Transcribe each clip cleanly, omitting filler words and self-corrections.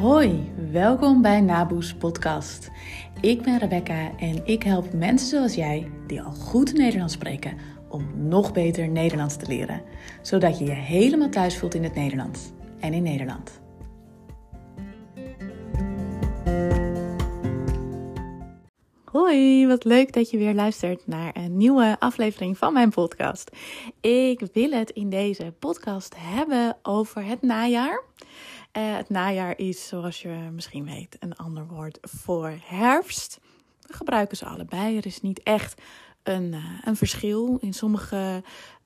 Hoi, welkom bij Naboes podcast. Ik ben Rebecca en ik help mensen zoals jij die al goed Nederlands spreken om nog beter Nederlands te leren. Zodat je je helemaal thuis voelt in het Nederlands en in Nederland. Hoi, wat leuk dat je weer luistert naar een nieuwe aflevering van mijn podcast. Ik wil het in deze podcast hebben over het najaar. Het najaar is, zoals je misschien weet, een ander woord voor herfst. We gebruiken ze allebei. Er is niet echt een verschil. In sommige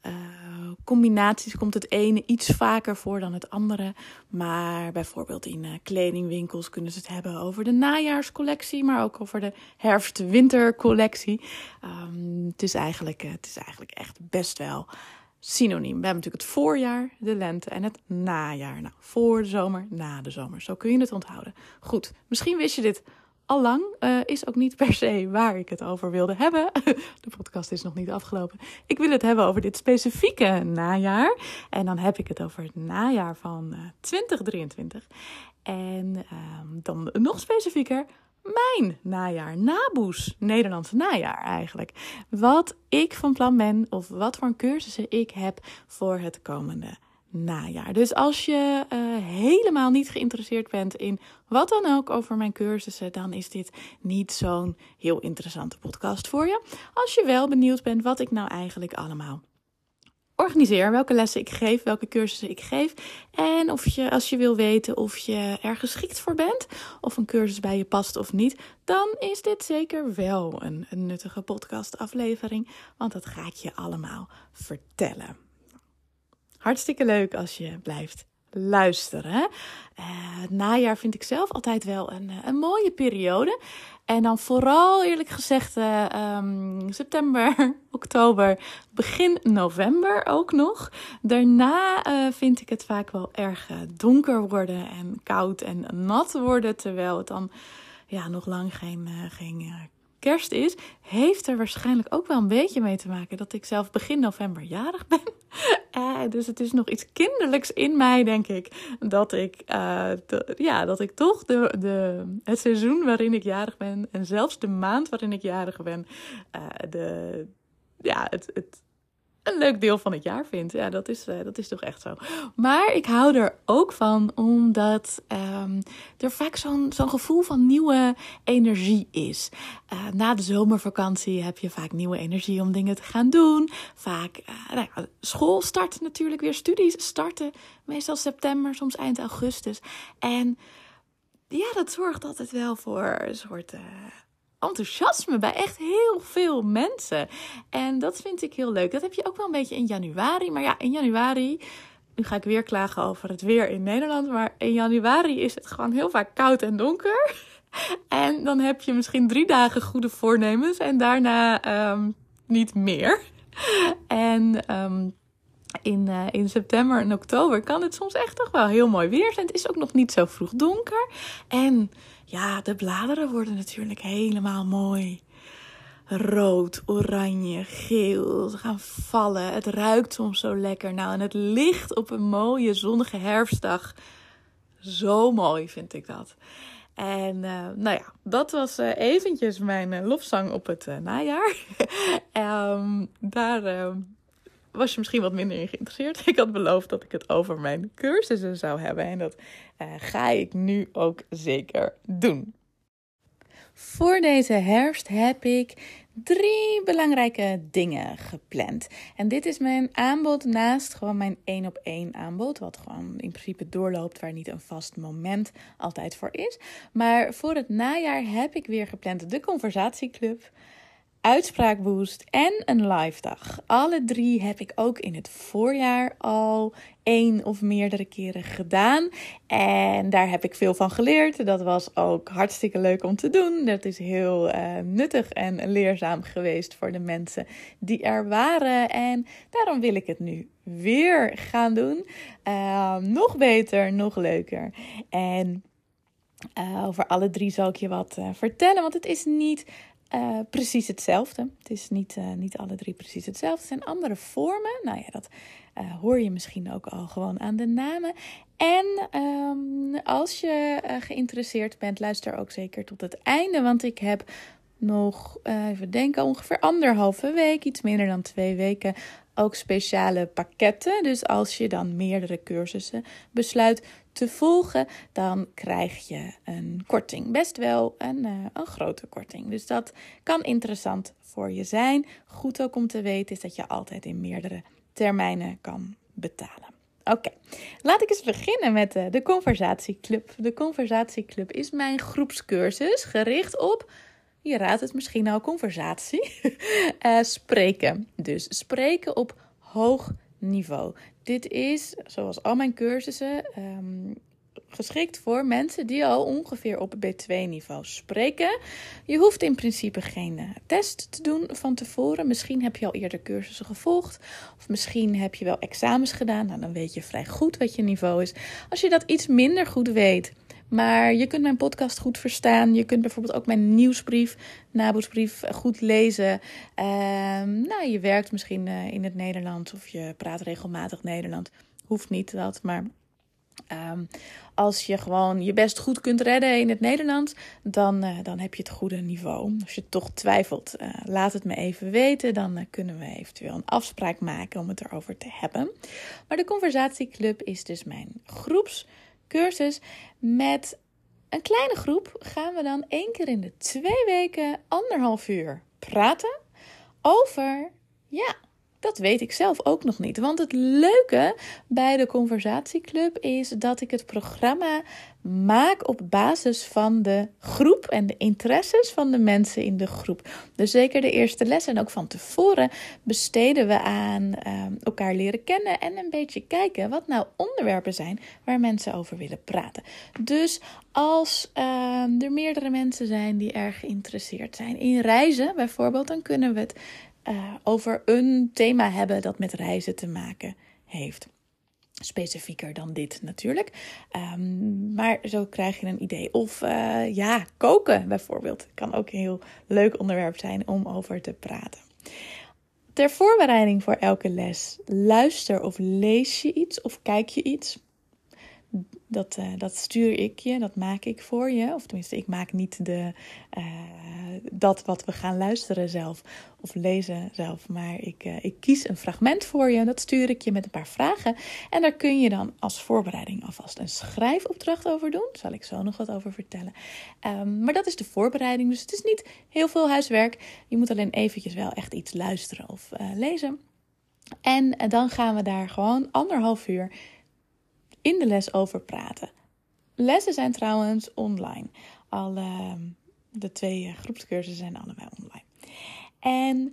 combinaties komt het ene iets vaker voor dan het andere. Maar bijvoorbeeld in kledingwinkels kunnen ze het hebben over de najaarscollectie, maar ook over de herfst-wintercollectie. Het is eigenlijk echt best wel synoniem. We hebben natuurlijk het voorjaar, de lente en het najaar. Nou, voor de zomer, na de zomer. Zo kun je het onthouden. Goed, misschien wist je dit al lang. Is ook niet per se waar ik het over wilde hebben. De podcast is nog niet afgelopen. Ik wil het hebben over dit specifieke najaar. En dan heb ik het over het najaar van 2023. En dan nog specifieker, mijn najaar, Naboes, Nederlandse najaar eigenlijk. Wat ik van plan ben of wat voor cursussen ik heb voor het komende najaar. Dus als je helemaal niet geïnteresseerd bent in wat dan ook over mijn cursussen, dan is dit niet zo'n heel interessante podcast voor je. Als je wel benieuwd bent wat ik nou eigenlijk allemaal organiseer, welke lessen ik geef, welke cursussen ik geef. En als je wil weten of je er geschikt voor bent, of een cursus bij je past of niet, dan is dit zeker wel een nuttige podcastaflevering, want dat ga ik je allemaal vertellen. Hartstikke leuk als je blijft luisteren. Het najaar vind ik zelf altijd wel een mooie periode. En dan vooral eerlijk gezegd september, oktober, begin november ook nog. Daarna vind ik het vaak wel erg donker worden en koud en nat worden. Terwijl het dan nog lang geen kerst is. Heeft er waarschijnlijk ook wel een beetje mee te maken dat ik zelf begin november jarig ben. Dus het is nog iets kinderlijks in mij, denk ik, dat ik toch het seizoen waarin ik jarig ben en zelfs de maand waarin ik jarig ben, een leuk deel van het jaar vind. Ja, dat is toch echt zo. Maar ik hou er ook van, omdat er vaak zo'n gevoel van nieuwe energie is. Na de zomervakantie heb je vaak nieuwe energie om dingen te gaan doen. Vaak school start natuurlijk weer, studies starten. Meestal september, soms eind augustus. En ja, dat zorgt altijd wel voor een soort enthousiasme bij echt heel veel mensen. En dat vind ik heel leuk. Dat heb je ook wel een beetje in januari. Maar ja, in januari, nu ga ik weer klagen over het weer in Nederland, maar in januari is het gewoon heel vaak koud en donker. En dan heb je misschien 3 dagen goede voornemens en daarna niet meer. En in september en oktober kan het soms echt toch wel heel mooi weer zijn. Het is ook nog niet zo vroeg donker. En ja, de bladeren worden natuurlijk helemaal mooi. Rood, oranje, geel. Ze gaan vallen. Het ruikt soms zo lekker. Nou, en het licht op een mooie zonnige herfstdag. Zo mooi vind ik dat. En dat was eventjes mijn lofzang op het najaar. Daar was je misschien wat minder in geïnteresseerd. Ik had beloofd dat ik het over mijn cursussen zou hebben. En dat ga ik nu ook zeker doen. Voor deze herfst heb ik 3 belangrijke dingen gepland. En dit is mijn aanbod naast gewoon mijn 1-op-1 aanbod. Wat gewoon in principe doorloopt, waar niet een vast moment altijd voor is. Maar voor het najaar heb ik weer gepland de Conversatieclub, Uitspraakboost en een live dag. Alle 3 heb ik ook in het voorjaar al 1 of meerdere keren gedaan. En daar heb ik veel van geleerd. Dat was ook hartstikke leuk om te doen. Dat is heel nuttig en leerzaam geweest voor de mensen die er waren. En daarom wil ik het nu weer gaan doen. Nog beter, nog leuker. En over alle 3 zal ik je wat vertellen. Want het is niet precies hetzelfde. Het is niet alle 3 precies hetzelfde. Het zijn andere vormen. Nou ja, dat hoor je misschien ook al gewoon aan de namen. En als je geïnteresseerd bent, luister ook zeker tot het einde. Want ik heb nog, even denken, ongeveer 1,5 week, iets minder dan 2 weken, ook speciale pakketten. Dus als je dan meerdere cursussen besluit te volgen, dan krijg je een korting. Best wel een grote korting. Dus dat kan interessant voor je zijn. Goed ook om te weten is dat je altijd in meerdere termijnen kan betalen. Oké, laat ik eens beginnen met de Conversatieclub. De Conversatieclub is mijn groepscursus gericht op, je raadt het misschien al, conversatie. Spreken. Dus spreken op hoog niveau. Dit is, zoals al mijn cursussen, geschikt voor mensen die al ongeveer op B2-niveau spreken. Je hoeft in principe geen test te doen van tevoren. Misschien heb je al eerder cursussen gevolgd. Of misschien heb je wel examens gedaan. Nou, dan weet je vrij goed wat je niveau is. Als je dat iets minder goed weet, maar je kunt mijn podcast goed verstaan. Je kunt bijvoorbeeld ook mijn nieuwsbrief, naboetsbrief goed lezen. Je werkt misschien in het Nederlands of je praat regelmatig Nederlands. Hoeft niet dat, maar als je gewoon je best goed kunt redden in het Nederlands, dan heb je het goede niveau. Als je toch twijfelt, laat het me even weten. Dan kunnen we eventueel een afspraak maken om het erover te hebben. Maar de Conversatieclub is dus mijn groepscursus. Met een kleine groep gaan we dan 1 keer in de 2 weken 1,5 uur praten over, dat weet ik zelf ook nog niet. Want het leuke bij de Conversatieclub is dat ik het programma maak op basis van de groep en de interesses van de mensen in de groep. Dus zeker de eerste les en ook van tevoren besteden we aan elkaar leren kennen en een beetje kijken wat nou onderwerpen zijn waar mensen over willen praten. Dus als er meerdere mensen zijn die erg geïnteresseerd zijn in reizen bijvoorbeeld, dan kunnen we het over een thema hebben dat met reizen te maken heeft. Specifieker dan dit natuurlijk. Maar zo krijg je een idee. Of koken bijvoorbeeld. Kan ook een heel leuk onderwerp zijn om over te praten. Ter voorbereiding voor elke les luister of lees je iets of kijk je iets. Dat stuur ik je, dat maak ik voor je. Of tenminste, ik maak niet dat wat we gaan luisteren zelf of lezen zelf. Maar ik kies een fragment voor je, dat stuur ik je met een paar vragen. En daar kun je dan als voorbereiding alvast een schrijfopdracht over doen. Daar zal ik zo nog wat over vertellen. Maar dat is de voorbereiding, dus het is niet heel veel huiswerk. Je moet alleen eventjes wel echt iets luisteren of lezen. En dan gaan we daar gewoon 1,5 uur in de les over praten. Lessen zijn trouwens online. De 2 groepscursussen zijn allebei online. En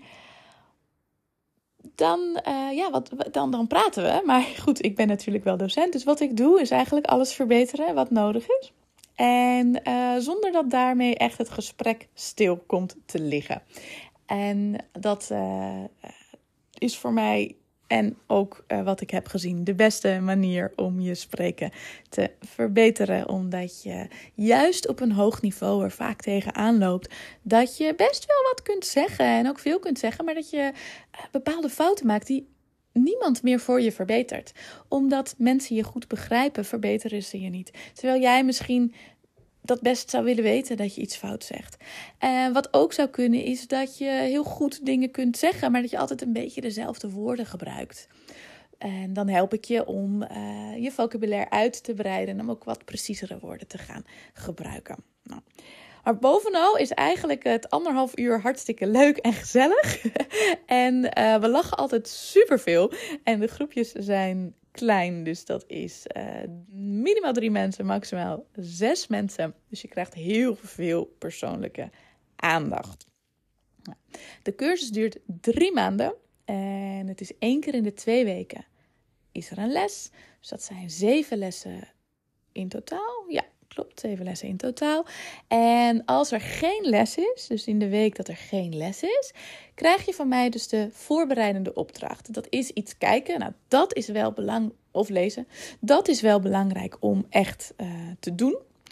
dan praten we. Maar goed, ik ben natuurlijk wel docent. Dus wat ik doe is eigenlijk alles verbeteren wat nodig is. En zonder dat daarmee echt het gesprek stil komt te liggen. En dat is voor mij, en ook wat ik heb gezien, de beste manier om je spreken te verbeteren. Omdat je juist op een hoog niveau er vaak tegenaan loopt dat je best wel wat kunt zeggen en ook veel kunt zeggen, maar dat je bepaalde fouten maakt die niemand meer voor je verbetert. Omdat mensen je goed begrijpen, verbeteren ze je niet. Terwijl jij misschien dat best zou willen weten dat je iets fout zegt. Wat ook zou kunnen is dat je heel goed dingen kunt zeggen, maar dat je altijd een beetje dezelfde woorden gebruikt. En dan help ik je om je vocabulaire uit te breiden en om ook wat preciezere woorden te gaan gebruiken. Nou. Maar bovenal is eigenlijk het 1,5 uur hartstikke leuk en gezellig. En we lachen altijd superveel. En de groepjes zijn klein, dus dat is minimaal 3 mensen, maximaal 6 mensen. Dus je krijgt heel veel persoonlijke aandacht. Nou, de cursus duurt 3 maanden en het is 1 keer in de 2 weken is er een les. Dus dat zijn 7 lessen in totaal. Ja, klopt, 7 lessen in totaal. En als er geen les is, dus in de week dat er geen les is, krijg je van mij dus de voorbereidende opdracht. Dat is iets kijken. Nou, dat is wel of lezen. Dat is wel belangrijk om echt te doen.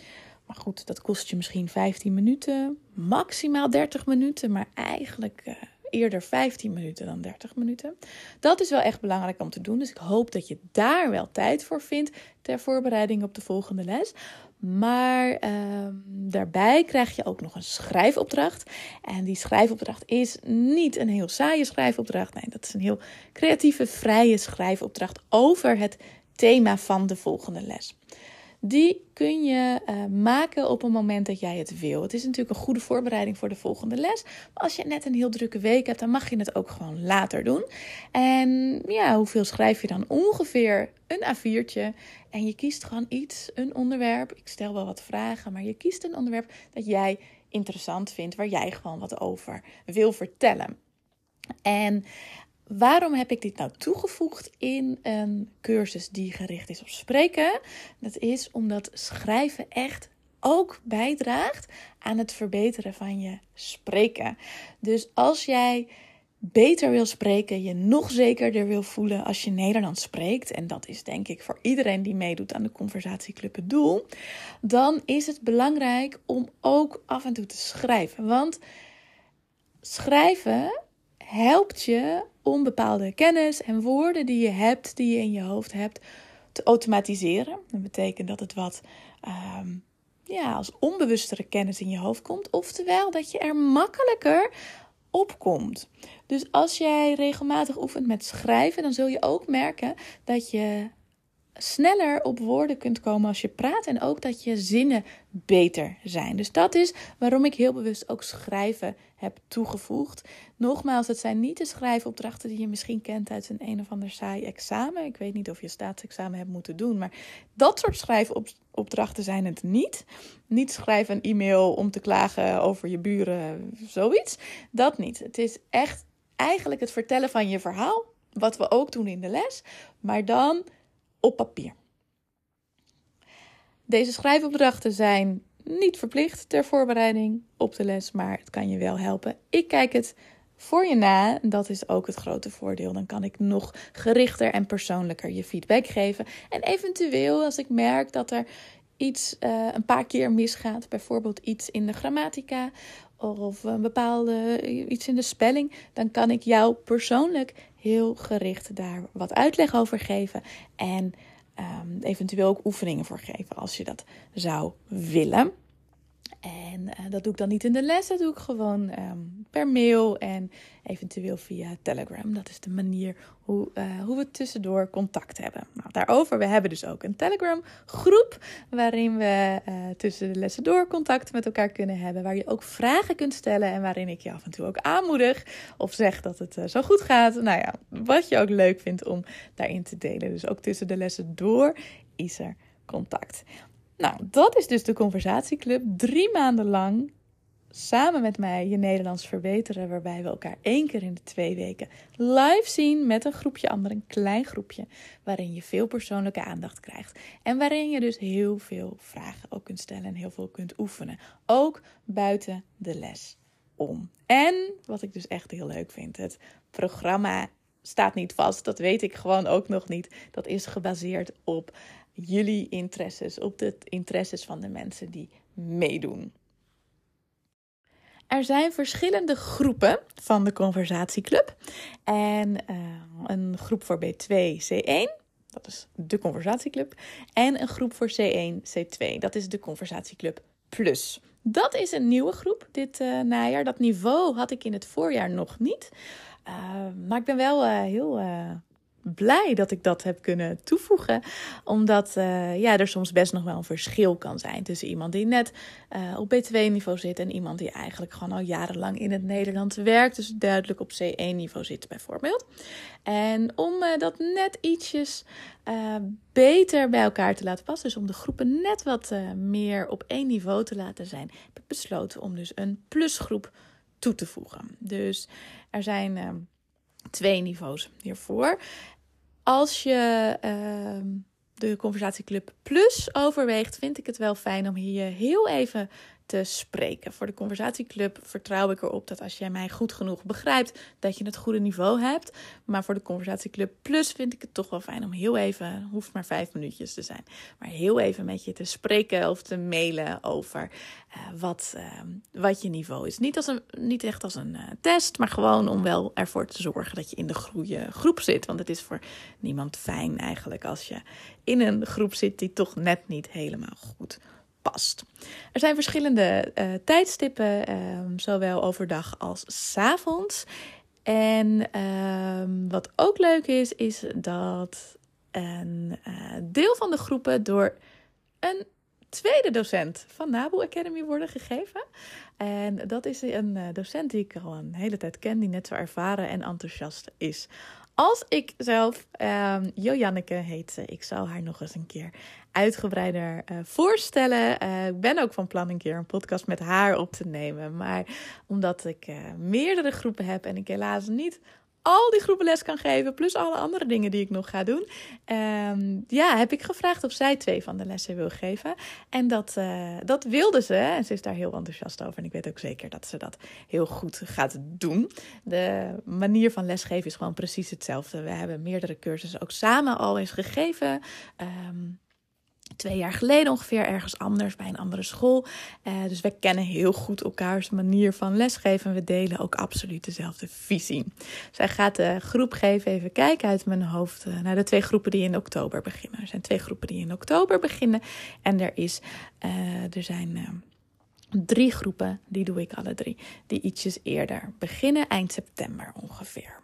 Maar goed, dat kost je misschien 15 minuten, maximaal 30 minuten, maar eigenlijk eerder 15 minuten dan 30 minuten. Dat is wel echt belangrijk om te doen. Dus ik hoop dat je daar wel tijd voor vindt ter voorbereiding op de volgende les. Maar daarbij krijg je ook nog een schrijfopdracht. En die schrijfopdracht is niet een heel saaie schrijfopdracht. Nee, dat is een heel creatieve, vrije schrijfopdracht over het thema van de volgende les. Die kun je maken op een moment dat jij het wil. Het is natuurlijk een goede voorbereiding voor de volgende les. Maar als je net een heel drukke week hebt, dan mag je het ook gewoon later doen. En ja, hoeveel schrijf je dan? Ongeveer een A4'tje. En je kiest gewoon iets, een onderwerp. Ik stel wel wat vragen, maar je kiest een onderwerp dat jij interessant vindt, waar jij gewoon wat over wil vertellen. En waarom heb ik dit nou toegevoegd in een cursus die gericht is op spreken? Dat is omdat schrijven echt ook bijdraagt aan het verbeteren van je spreken. Dus als jij beter wil spreken, je nog zekerder wil voelen als je Nederlands spreekt, en dat is denk ik voor iedereen die meedoet aan de Conversatieclub het doel, dan is het belangrijk om ook af en toe te schrijven. Want schrijven helpt je om bepaalde kennis en woorden die je hebt, die je in je hoofd hebt, te automatiseren. Dat betekent dat het wat als onbewustere kennis in je hoofd komt. Oftewel dat je er makkelijker op komt. Dus als jij regelmatig oefent met schrijven, dan zul je ook merken dat je sneller op woorden kunt komen als je praat en ook dat je zinnen beter zijn. Dus dat is waarom ik heel bewust ook schrijven heb toegevoegd. Nogmaals, het zijn niet de schrijfopdrachten die je misschien kent uit een of ander saai examen. Ik weet niet of je staatsexamen hebt moeten doen, maar dat soort schrijfopdrachten zijn het niet. Niet schrijven een e-mail om te klagen over je buren, zoiets. Dat niet. Het is echt eigenlijk het vertellen van je verhaal, wat we ook doen in de les, maar dan op papier. Deze schrijfopdrachten zijn niet verplicht ter voorbereiding op de les, maar het kan je wel helpen. Ik kijk het voor je na. Dat is ook het grote voordeel. Dan kan ik nog gerichter en persoonlijker je feedback geven. En eventueel, als ik merk dat er iets een paar keer misgaat, bijvoorbeeld iets in de grammatica of een bepaalde iets in de spelling, dan kan ik jou persoonlijk heel gericht daar wat uitleg over geven en eventueel ook oefeningen voor geven als je dat zou willen. En dat doe ik dan niet in de les, dat doe ik gewoon per mail en eventueel via Telegram. Dat is de manier hoe we tussendoor contact hebben. Nou, daarover, we hebben dus ook een Telegram groep waarin we tussen de lessen door contact met elkaar kunnen hebben. Waar je ook vragen kunt stellen en waarin ik je af en toe ook aanmoedig of zeg dat het zo goed gaat. Nou ja, wat je ook leuk vindt om daarin te delen. Dus ook tussen de lessen door is er contact. Nou, dat is dus de Conversatieclub. 3 maanden lang samen met mij je Nederlands verbeteren, waarbij we elkaar 1 keer in de 2 weken live zien met een groepje anderen, een klein groepje, waarin je veel persoonlijke aandacht krijgt. En waarin je dus heel veel vragen ook kunt stellen en heel veel kunt oefenen. Ook buiten de les om. En, wat ik dus echt heel leuk vind, het programma staat niet vast. Dat weet ik gewoon ook nog niet. Dat is gebaseerd op jullie interesses, op de interesses van de mensen die meedoen. Er zijn verschillende groepen van de Conversatieclub. En een groep voor B2, C1, dat is de Conversatieclub. En een groep voor C1, C2, dat is de Conversatieclub Plus. Dat is een nieuwe groep dit najaar. Dat niveau had ik in het voorjaar nog niet. Maar ik ben wel heel blij dat ik dat heb kunnen toevoegen. Omdat er soms best nog wel een verschil kan zijn tussen iemand die net op B2-niveau zit en iemand die eigenlijk gewoon al jarenlang in het Nederlands werkt. Dus duidelijk op C1-niveau zit bijvoorbeeld. En om dat net ietsjes beter bij elkaar te laten passen, dus om de groepen net wat meer op 1 niveau te laten zijn, heb ik besloten om dus een plusgroep toe te voegen. Dus er zijn 2 niveaus hiervoor. Als je de Conversatieclub Plus overweegt, vind ik het wel fijn om hier heel even te spreken. Voor de conversatieclub vertrouw ik erop dat als jij mij goed genoeg begrijpt, dat je het goede niveau hebt. Maar voor de conversatieclub plus vind ik het toch wel fijn om heel even, hoeft maar 5 minuutjes te zijn, maar heel even met je te spreken of te mailen over wat je niveau is. Niet echt als een test, maar gewoon om wel ervoor te zorgen dat je in de goede groep zit. Want het is voor niemand fijn eigenlijk als je in een groep zit die toch net niet helemaal goed past. Er zijn verschillende tijdstippen, zowel overdag als 's avonds. En wat ook leuk is dat een deel van de groepen door een tweede docent van NABU Academy worden gegeven. En dat is een docent die ik al een hele tijd ken, die net zo ervaren en enthousiast is als ik zelf. Jojanneke heet ze. Ik zal haar nog eens een keer uitgebreider voorstellen. Ik ben ook van plan een keer een podcast met haar op te nemen. Maar omdat ik meerdere groepen heb en ik helaas niet al die groepen les kan geven, plus alle andere dingen die ik nog ga doen, heb ik gevraagd of zij 2 van de lessen wil geven. En dat wilde ze. En ze is daar heel enthousiast over. En ik weet ook zeker dat ze dat heel goed gaat doen. De manier van lesgeven is gewoon precies hetzelfde. We hebben meerdere cursussen ook samen al eens gegeven. 2 jaar geleden ongeveer, ergens anders bij een andere school. Dus we kennen heel goed elkaars manier van lesgeven. We delen ook absoluut dezelfde visie. Zij gaat de groep geven, even kijken uit mijn hoofd, naar de 2 groepen die in oktober beginnen. Er zijn 2 groepen die in oktober beginnen. En er zijn 3 groepen, die doe ik alle 3, die ietsjes eerder beginnen, eind september ongeveer.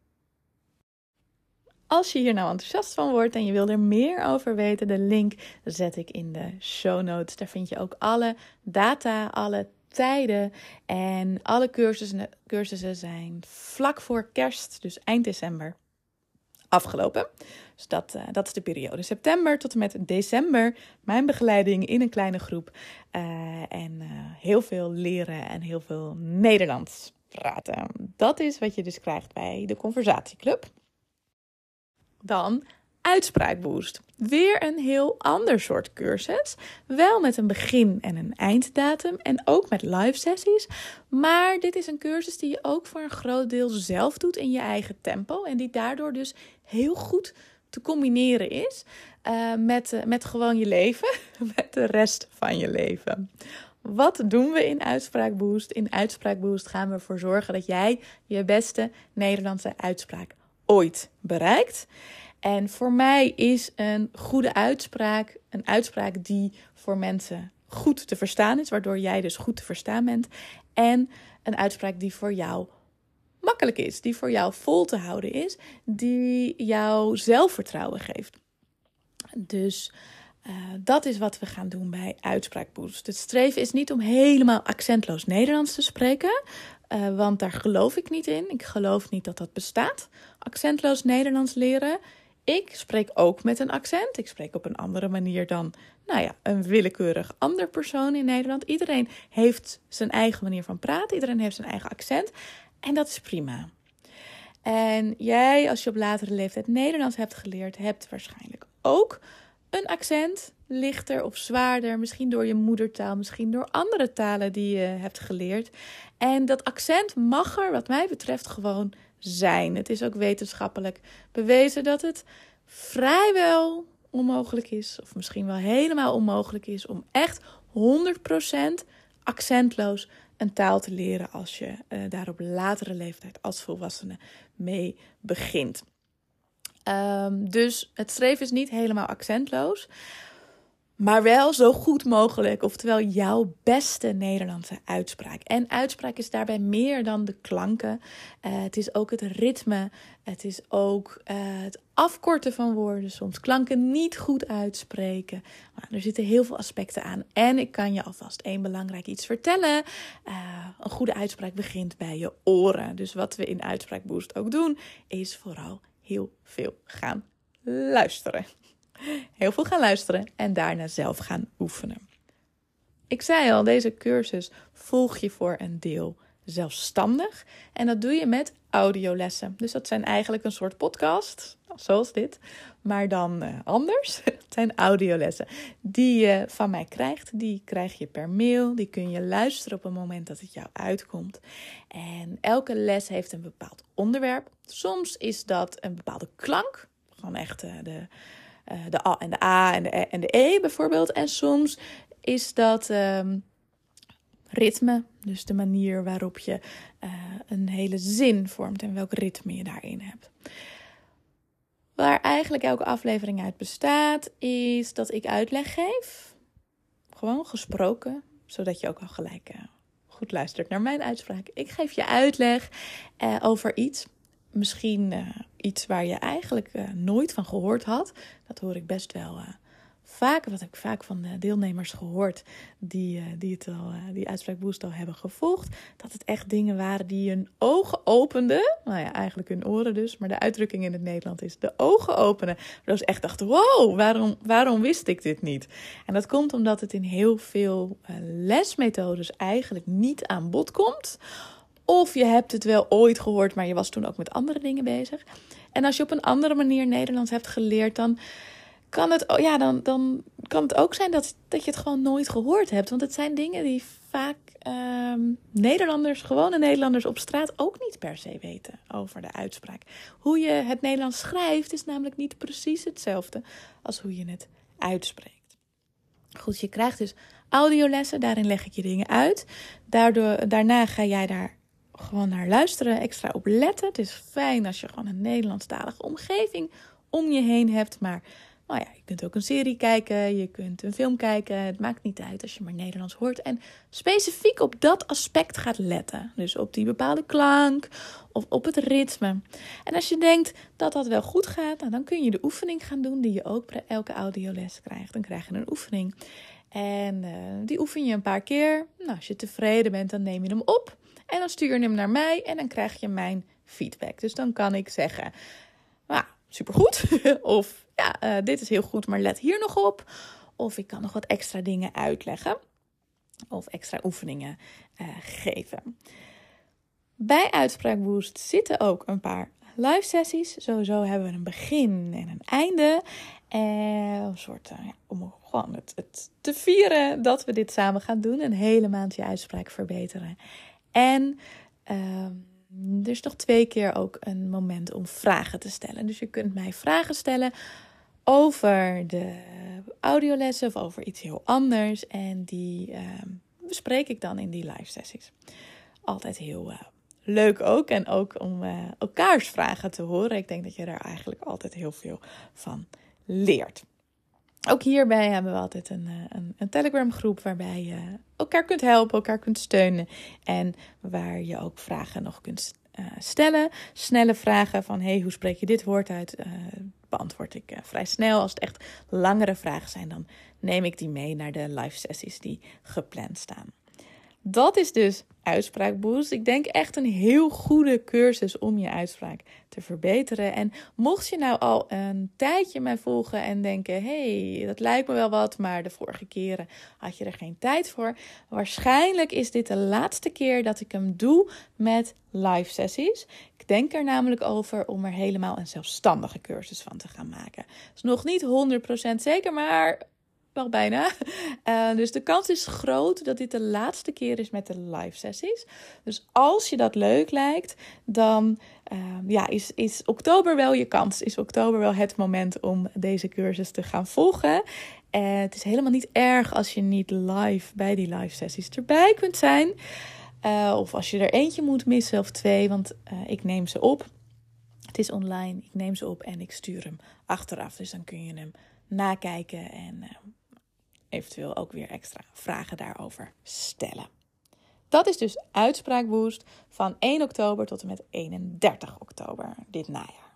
Als je hier nou enthousiast van wordt en je wil er meer over weten, de link zet ik in de show notes. Daar vind je ook alle data, alle tijden en alle cursussen zijn vlak voor kerst, dus eind december, afgelopen. Dus dat is de periode september tot en met december. Mijn begeleiding in een kleine groep en heel veel leren en heel veel Nederlands praten. Dat is wat je dus krijgt bij de Conversatieclub. Dan Uitspraakboost. Weer een heel ander soort cursus. Wel met een begin- en een einddatum en ook met live sessies. Maar dit is een cursus die je ook voor een groot deel zelf doet in je eigen tempo. En die daardoor dus heel goed te combineren is met gewoon je leven. Met de rest van je leven. Wat doen we in Uitspraakboost? In Uitspraakboost gaan we ervoor zorgen dat jij je beste Nederlandse uitspraak ooit bereikt. En voor mij is een goede uitspraak een uitspraak die voor mensen goed te verstaan is, waardoor jij dus goed te verstaan bent. En een uitspraak die voor jou makkelijk is, die voor jou vol te houden is, die jou zelfvertrouwen geeft. Dus dat is wat we gaan doen bij Uitspraakboost. Het streven is niet om helemaal accentloos Nederlands te spreken, want daar geloof ik niet in. Ik geloof niet dat dat bestaat. Accentloos Nederlands leren. Ik spreek ook met een accent. Ik spreek op een andere manier dan een willekeurig ander persoon in Nederland. Iedereen heeft zijn eigen manier van praten. Iedereen heeft zijn eigen accent. En dat is prima. En jij, als je op latere leeftijd Nederlands hebt geleerd, hebt waarschijnlijk ook een accent, lichter of zwaarder, misschien door je moedertaal, misschien door andere talen die je hebt geleerd. En dat accent mag er, wat mij betreft, gewoon zijn. Het is ook wetenschappelijk bewezen dat het vrijwel onmogelijk is, of misschien wel helemaal onmogelijk is, om echt 100% accentloos een taal te leren als je daar op latere leeftijd als volwassene mee begint. Dus het streven is niet helemaal accentloos, maar wel zo goed mogelijk, oftewel jouw beste Nederlandse uitspraak. En uitspraak is daarbij meer dan de klanken. Het is ook het ritme. Het is ook het afkorten van woorden. Soms klanken niet goed uitspreken. Maar er zitten heel veel aspecten aan. En ik kan je alvast 1 belangrijk iets vertellen. Een goede uitspraak begint bij je oren. Dus wat we in Uitspraakboost ook doen, is vooral heel veel gaan luisteren. Heel veel gaan luisteren en daarna zelf gaan oefenen. Ik zei al, deze cursus volg je voor een deel zelfstandig. En dat doe je met audiolessen. Dus dat zijn eigenlijk een soort podcast, zoals dit, maar dan anders. Het zijn audiolessen die je van mij krijgt. Die krijg je per mail. Die kun je luisteren op het moment dat het jou uitkomt. En elke les heeft een bepaald onderwerp. Soms is dat een bepaalde klank. Gewoon echt de A en de A en de E bijvoorbeeld. En soms is dat ritme. Dus de manier waarop je een hele zin vormt en welk ritme je daarin hebt. Waar eigenlijk elke aflevering uit bestaat, is dat ik uitleg geef. Gewoon gesproken, zodat je ook al gelijk goed luistert naar mijn uitspraak. Ik geef je uitleg over iets. Misschien iets waar je eigenlijk nooit van gehoord had. Dat hoor ik best wel vaak. Wat heb ik vaak van de deelnemers gehoord die Uitspraakboost al hebben gevolgd. Dat het echt dingen waren die hun ogen openden. Nou ja, eigenlijk hun oren dus. Maar de uitdrukking in het Nederlands is de ogen openen. Waardoor ze echt dachten, wow, waarom wist ik dit niet? En dat komt omdat het in heel veel lesmethodes eigenlijk niet aan bod komt. Of je hebt het wel ooit gehoord, maar je was toen ook met andere dingen bezig. En als je op een andere manier Nederlands hebt geleerd, dan kan het ook zijn dat je het gewoon nooit gehoord hebt. Want het zijn dingen die vaak gewone Nederlanders op straat ook niet per se weten over de uitspraak. Hoe je het Nederlands schrijft is namelijk niet precies hetzelfde als hoe je het uitspreekt. Goed, je krijgt dus audiolessen, daarin leg ik je dingen uit. Daarna ga jij daar gewoon naar luisteren, extra op letten. Het is fijn als je gewoon een Nederlandstalige omgeving om je heen hebt, maar nou ja, je kunt ook een serie kijken, je kunt een film kijken. Het maakt niet uit als je maar Nederlands hoort. En specifiek op dat aspect gaat letten. Dus op die bepaalde klank of op het ritme. En als je denkt dat dat wel goed gaat, nou, dan kun je de oefening gaan doen die je ook bij elke audioles krijgt. Dan krijg je een oefening. En die oefen je een paar keer. Nou, als je tevreden bent, dan neem je hem op. En dan stuur je hem naar mij en dan krijg je mijn feedback. Dus dan kan ik zeggen, supergoed. Of dit is heel goed, maar let hier nog op. Of ik kan nog wat extra dingen uitleggen. Of extra oefeningen geven. Bij Uitspraakboost zitten ook een paar live sessies. Sowieso hebben we een begin en een einde. Een soort, om gewoon het te vieren dat we dit samen gaan doen. Een hele maand je uitspraak verbeteren. En er is nog 2 keer ook een moment om vragen te stellen. Dus je kunt mij vragen stellen over de audiolessen of over iets heel anders. En die bespreek ik dan in die live sessies. Altijd heel leuk ook. En ook om elkaars vragen te horen. Ik denk dat je daar eigenlijk altijd heel veel van leert. Ook hierbij hebben we altijd een Telegram groep waarbij je elkaar kunt helpen, elkaar kunt steunen. En waar je ook vragen nog kunt stellen. Snelle vragen van, hoe spreek je dit woord uit? Beantwoord ik vrij snel. Als het echt langere vragen zijn, dan neem ik die mee naar de live sessies die gepland staan. Dat is dus Uitspraakboost. Ik denk echt een heel goede cursus om je uitspraak te verbeteren. En mocht je nou al een tijdje mij volgen en denken, dat lijkt me wel wat, maar de vorige keren had je er geen tijd voor. Waarschijnlijk is dit de laatste keer dat ik hem doe met live sessies. Ik denk er namelijk over om er helemaal een zelfstandige cursus van te gaan maken. Dat is nog niet 100% zeker, maar wel bijna. Dus de kans is groot dat dit de laatste keer is met de live sessies. Dus als je dat leuk lijkt, dan is oktober wel je kans. Is oktober wel het moment om deze cursus te gaan volgen. Het is helemaal niet erg als je niet live bij die live sessies erbij kunt zijn. Of als je er eentje moet missen of 2, want ik neem ze op. Het is online, ik neem ze op en ik stuur hem achteraf. Dus dan kun je hem nakijken en eventueel ook weer extra vragen daarover stellen. Dat is dus Uitspraakboost van 1 oktober tot en met 31 oktober dit najaar.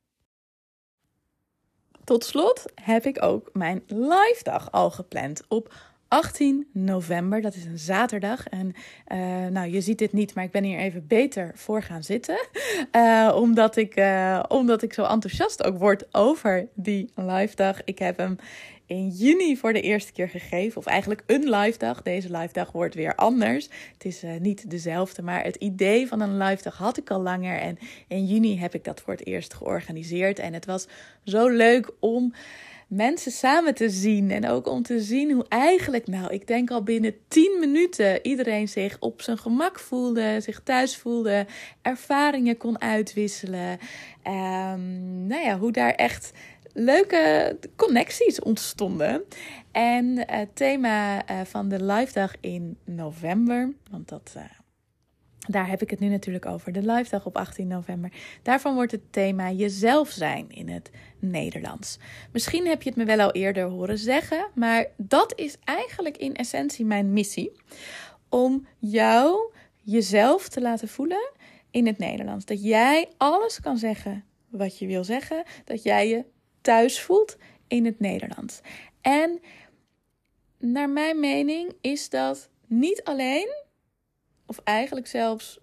Tot slot heb ik ook mijn live dag al gepland op 18 november. Dat is een zaterdag. En je ziet dit niet, maar ik ben hier even beter voor gaan zitten. Omdat ik zo enthousiast ook word over die live dag. Ik heb hem in juni voor de eerste keer gegeven. Of eigenlijk een live dag. Deze live dag wordt weer anders. Het is niet dezelfde, maar het idee van een live dag had ik al langer. En in juni heb ik dat voor het eerst georganiseerd. En het was zo leuk om mensen samen te zien. En ook om te zien hoe eigenlijk, ik denk al binnen 10 minuten iedereen zich op zijn gemak voelde, zich thuis voelde, ervaringen kon uitwisselen. Hoe daar echt leuke connecties ontstonden. En het thema van de live dag in november, want daar heb ik het nu natuurlijk over. De live dag op 18 november. Daarvan wordt het thema jezelf zijn in het Nederlands. Misschien heb je het me wel al eerder horen zeggen. Maar dat is eigenlijk in essentie mijn missie. Om jou jezelf te laten voelen in het Nederlands. Dat jij alles kan zeggen wat je wil zeggen. Dat jij je thuis voelt in het Nederlands. En naar mijn mening is dat niet alleen, of eigenlijk zelfs,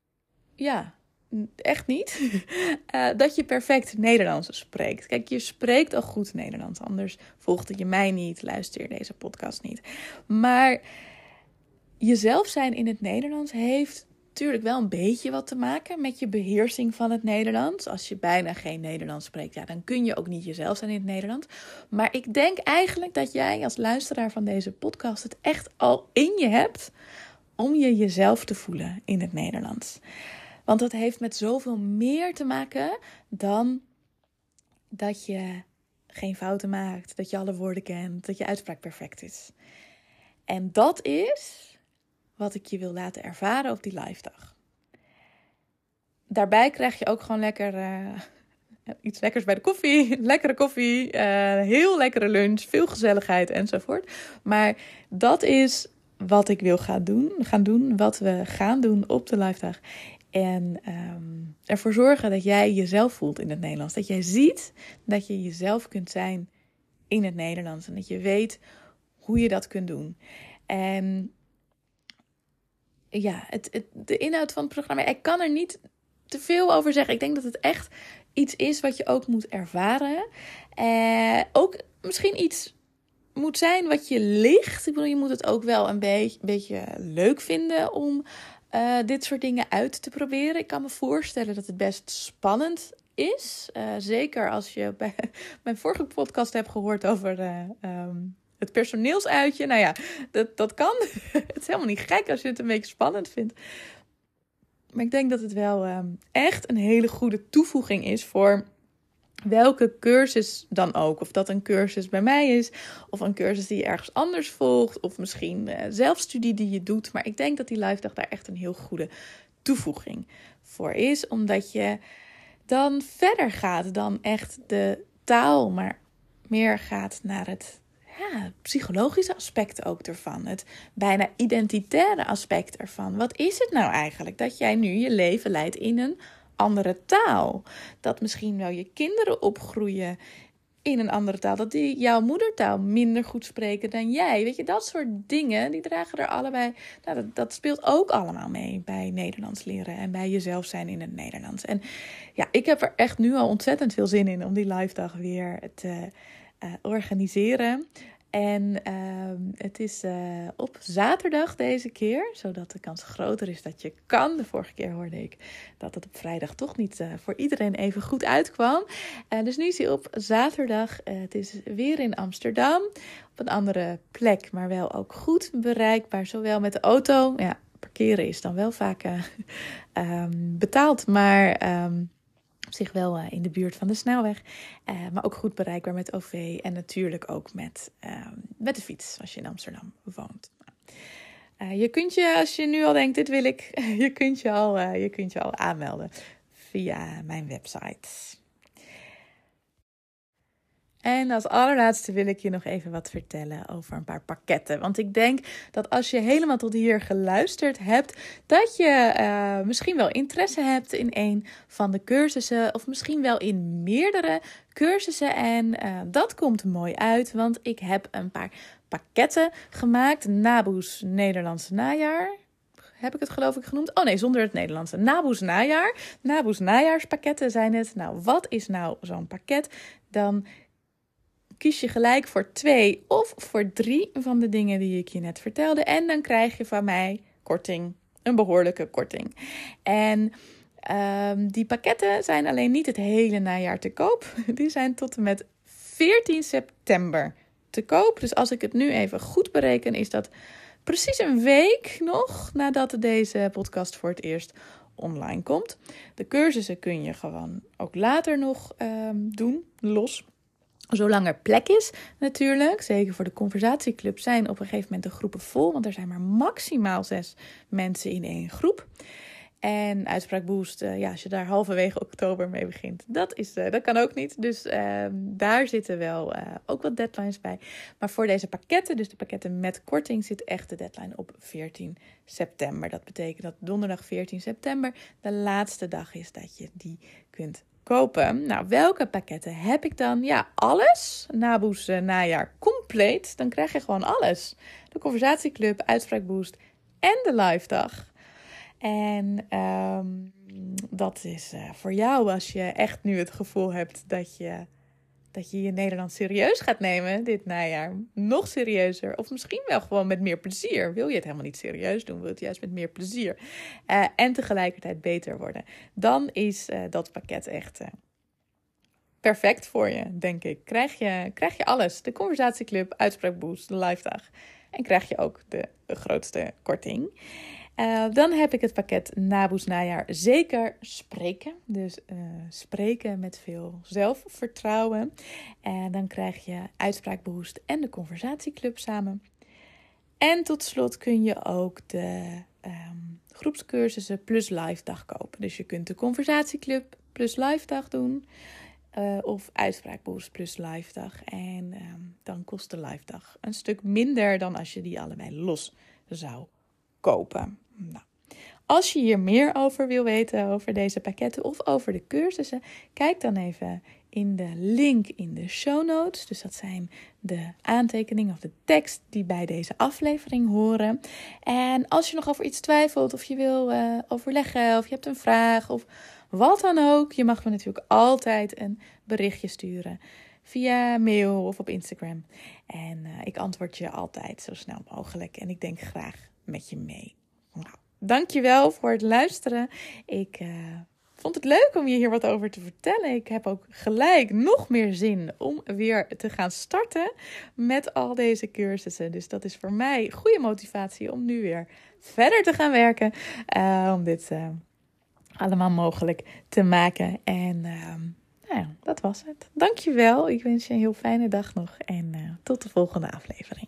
echt niet, dat je perfect Nederlands spreekt. Kijk, je spreekt al goed Nederlands, anders volgde je mij niet, luister je deze podcast niet. Maar jezelf zijn in het Nederlands heeft natuurlijk wel een beetje wat te maken met je beheersing van het Nederlands. Als je bijna geen Nederlands spreekt, dan kun je ook niet jezelf zijn in het Nederlands. Maar ik denk eigenlijk dat jij als luisteraar van deze podcast het echt al in je hebt om je jezelf te voelen in het Nederlands. Want dat heeft met zoveel meer te maken dan dat je geen fouten maakt, dat je alle woorden kent, dat je uitspraak perfect is. En dat is wat ik je wil laten ervaren op die live dag. Daarbij krijg je ook gewoon lekker iets lekkers bij de koffie. Lekkere koffie, heel lekkere lunch, veel gezelligheid enzovoort. Maar dat is wat ik wil gaan doen, wat we gaan doen op de live dag. En ervoor zorgen dat jij jezelf voelt in het Nederlands. Dat jij ziet dat je jezelf kunt zijn in het Nederlands. En dat je weet hoe je dat kunt doen. En de inhoud van het programma, ik kan er niet te veel over zeggen. Ik denk dat het echt iets is wat je ook moet ervaren. Ook misschien iets moet zijn wat je ligt. Ik bedoel, je moet het ook wel een beetje leuk vinden om dit soort dingen uit te proberen. Ik kan me voorstellen dat het best spannend is. Zeker als je bij mijn vorige podcast hebt gehoord over het personeelsuitje. Dat kan. Het is helemaal niet gek als je het een beetje spannend vindt. Maar ik denk dat het wel echt een hele goede toevoeging is voor welke cursus dan ook. Of dat een cursus bij mij is, of een cursus die je ergens anders volgt, of misschien zelfstudie die je doet. Maar ik denk dat die live dag daar echt een heel goede toevoeging voor is. Omdat je dan verder gaat dan echt de taal, maar meer gaat naar het psychologische aspect ook ervan. Het bijna identitaire aspect ervan. Wat is het nou eigenlijk dat jij nu je leven leidt in een andere taal? Dat misschien wel je kinderen opgroeien in een andere taal. Dat die jouw moedertaal minder goed spreken dan jij. Weet je, dat soort dingen, die dragen er allebei. Dat speelt ook allemaal mee bij Nederlands leren en bij jezelf zijn in het Nederlands. En ik heb er echt nu al ontzettend veel zin in om die live dag weer te organiseren. En het is op zaterdag deze keer, zodat de kans groter is dat je kan. De vorige keer hoorde ik dat het op vrijdag toch niet voor iedereen even goed uitkwam. Dus nu is hij op zaterdag. Het is weer in Amsterdam, op een andere plek, maar wel ook goed bereikbaar. Zowel met de auto, parkeren is dan wel vaak betaald, maar op zich wel in de buurt van de snelweg. Maar ook goed bereikbaar met OV. En natuurlijk ook met de fiets als je in Amsterdam woont. Je kunt je, als je nu al denkt, dit wil ik. Je kunt je al aanmelden via mijn website. En als allerlaatste wil ik je nog even wat vertellen over een paar pakketten. Want ik denk dat als je helemaal tot hier geluisterd hebt, dat je misschien wel interesse hebt in een van de cursussen. Of misschien wel in meerdere cursussen. En dat komt mooi uit, want ik heb een paar pakketten gemaakt. Naboes Nederlandse najaar. Heb ik het geloof ik genoemd? Oh nee, zonder het Nederlandse. Naboes najaar. Naboes najaarspakketten zijn het. Nou, wat is nou zo'n pakket? Dan kies je gelijk voor 2 of voor 3 van de dingen die ik je net vertelde. En dan krijg je van mij korting. Een behoorlijke korting. En die pakketten zijn alleen niet het hele najaar te koop. Die zijn tot en met 14 september te koop. Dus als ik het nu even goed bereken, is dat precies een week nog nadat deze podcast voor het eerst online komt. De cursussen kun je gewoon ook later nog doen, los. Zolang er plek is natuurlijk. Zeker voor de conversatieclub zijn op een gegeven moment de groepen vol. Want er zijn maar maximaal 6 mensen in 1 groep. En Uitspraakboost, als je daar halverwege oktober mee begint, dat kan ook niet. Dus daar zitten wel ook wat deadlines bij. Maar voor deze pakketten, dus de pakketten met korting, zit echt de deadline op 14 september. Dat betekent dat donderdag 14 september de laatste dag is dat je die kunt kopen. Nou, welke pakketten heb ik dan? Ja, alles. Naboes najaar compleet. Dan krijg je gewoon alles. De conversatieclub, Uitspraakboost en de live dag. En dat is voor jou als je echt nu het gevoel hebt dat je Nederland serieus gaat nemen dit najaar. Nog serieuzer. Of misschien wel gewoon met meer plezier. Wil je het helemaal niet serieus doen? Wil je het juist met meer plezier? En tegelijkertijd beter worden. Dan is dat pakket echt perfect voor je, denk ik. Krijg je alles. De conversatieclub, Uitspraakboost, de live dag. En krijg je ook de grootste korting. Dan heb ik het pakket Naboes najaar zeker spreken. Dus spreken met veel zelfvertrouwen. En dan krijg je Uitspraakboost en de conversatieclub samen. En tot slot kun je ook de groepscursussen plus live dag kopen. Dus je kunt de conversatieclub plus live dag doen. Of Uitspraakboost plus live dag. En dan kost de live dag een stuk minder dan als je die allebei los zou kopen. Nou, als je hier meer over wil weten, over deze pakketten of over de cursussen, kijk dan even in de link in de show notes. Dus dat zijn de aantekeningen of de tekst die bij deze aflevering horen. En als je nog over iets twijfelt of je wil overleggen of je hebt een vraag of wat dan ook, je mag me natuurlijk altijd een berichtje sturen via mail of op Instagram. En ik antwoord je altijd zo snel mogelijk en ik denk graag met je mee. Nou, dankjewel voor het luisteren. Ik vond het leuk om je hier wat over te vertellen. Ik heb ook gelijk nog meer zin om weer te gaan starten met al deze cursussen. Dus dat is voor mij goede motivatie om nu weer verder te gaan werken. Om dit allemaal mogelijk te maken. En dat was het. Dankjewel. Ik wens je een heel fijne dag nog. En tot de volgende aflevering.